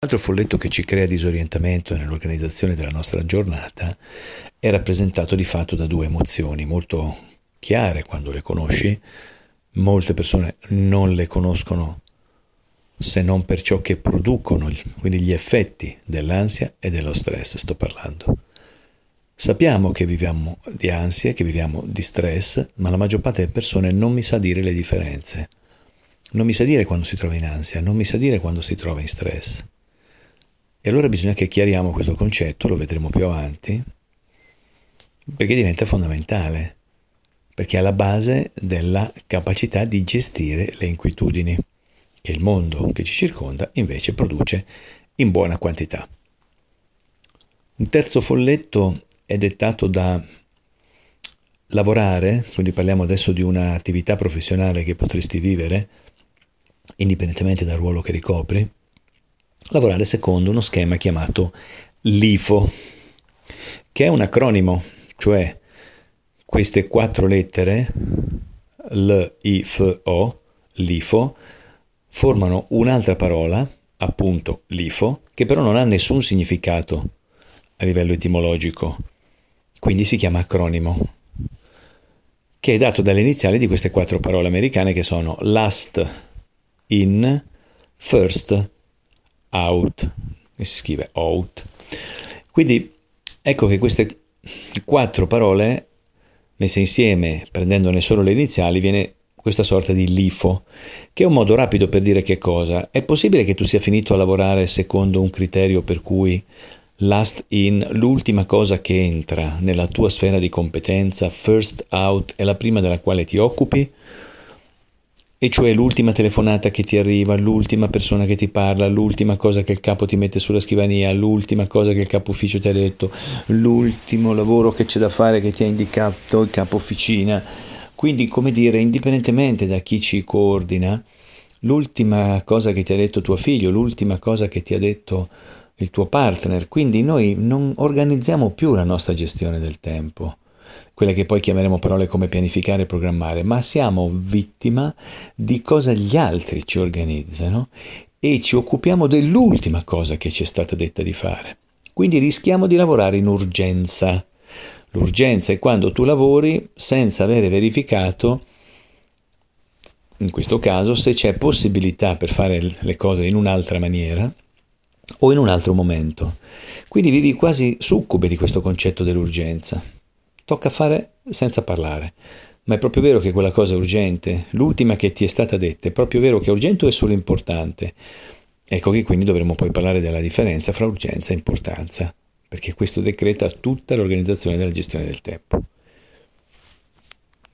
Altro folletto che ci crea disorientamento nell'organizzazione della nostra giornata è rappresentato di fatto da due emozioni molto chiare quando le conosci. Molte persone non le conoscono se non per ciò che producono, quindi gli effetti dell'ansia e dello stress sto parlando. Sappiamo che viviamo di ansie, che viviamo di stress, ma la maggior parte delle persone non mi sa dire le differenze. Non mi sa dire quando si trova in ansia, non mi sa dire quando si trova in stress. E allora bisogna che chiariamo questo concetto, lo vedremo più avanti, perché diventa fondamentale, perché è alla base della capacità di gestire le inquietudini che il mondo che ci circonda invece produce in buona quantità. Un terzo folletto è dettato da lavorare, quindi parliamo adesso di un'attività professionale che potresti vivere, indipendentemente dal ruolo che ricopri, lavorare secondo uno schema chiamato LIFO, che è un acronimo, cioè queste 4 lettere, L-I-F-O, LIFO, formano un'altra parola, appunto LIFO, che però non ha nessun significato a livello etimologico, quindi si chiama acronimo, che è dato dalle iniziali di queste 4 parole americane che sono last in, first out, che si scrive out. Quindi ecco che queste 4 parole messe insieme, prendendone solo le iniziali, viene questa sorta di LIFO, che è un modo rapido per dire che cosa. È possibile che tu sia finito a lavorare secondo un criterio per cui last in, l'ultima cosa che entra nella tua sfera di competenza, first out è la prima della quale ti occupi? E cioè l'ultima telefonata che ti arriva, l'ultima persona che ti parla, l'ultima cosa che il capo ti mette sulla scrivania, l'ultima cosa che il capo ufficio ti ha detto, l'ultimo lavoro che c'è da fare che ti ha indicato il capo officina. Quindi, come dire, indipendentemente da chi ci coordina, l'ultima cosa che ti ha detto tuo figlio, l'ultima cosa che ti ha detto il tuo partner. Quindi noi non organizziamo più la nostra gestione del tempo, quelle che poi chiameremo parole come pianificare e programmare, ma siamo vittima di cosa gli altri ci organizzano e ci occupiamo dell'ultima cosa che ci è stata detta di fare. Quindi rischiamo di lavorare in urgenza. L'urgenza è quando tu lavori senza avere verificato, in questo caso, se c'è possibilità per fare le cose in un'altra maniera o in un altro momento. Quindi vivi quasi succube di questo concetto dell'urgenza. Tocca fare senza parlare, ma è proprio vero che quella cosa è urgente, l'ultima che ti è stata detta, è proprio vero che è urgente o è solo importante? Ecco che quindi dovremmo poi parlare della differenza fra urgenza e importanza, perché questo decreta tutta l'organizzazione della gestione del tempo.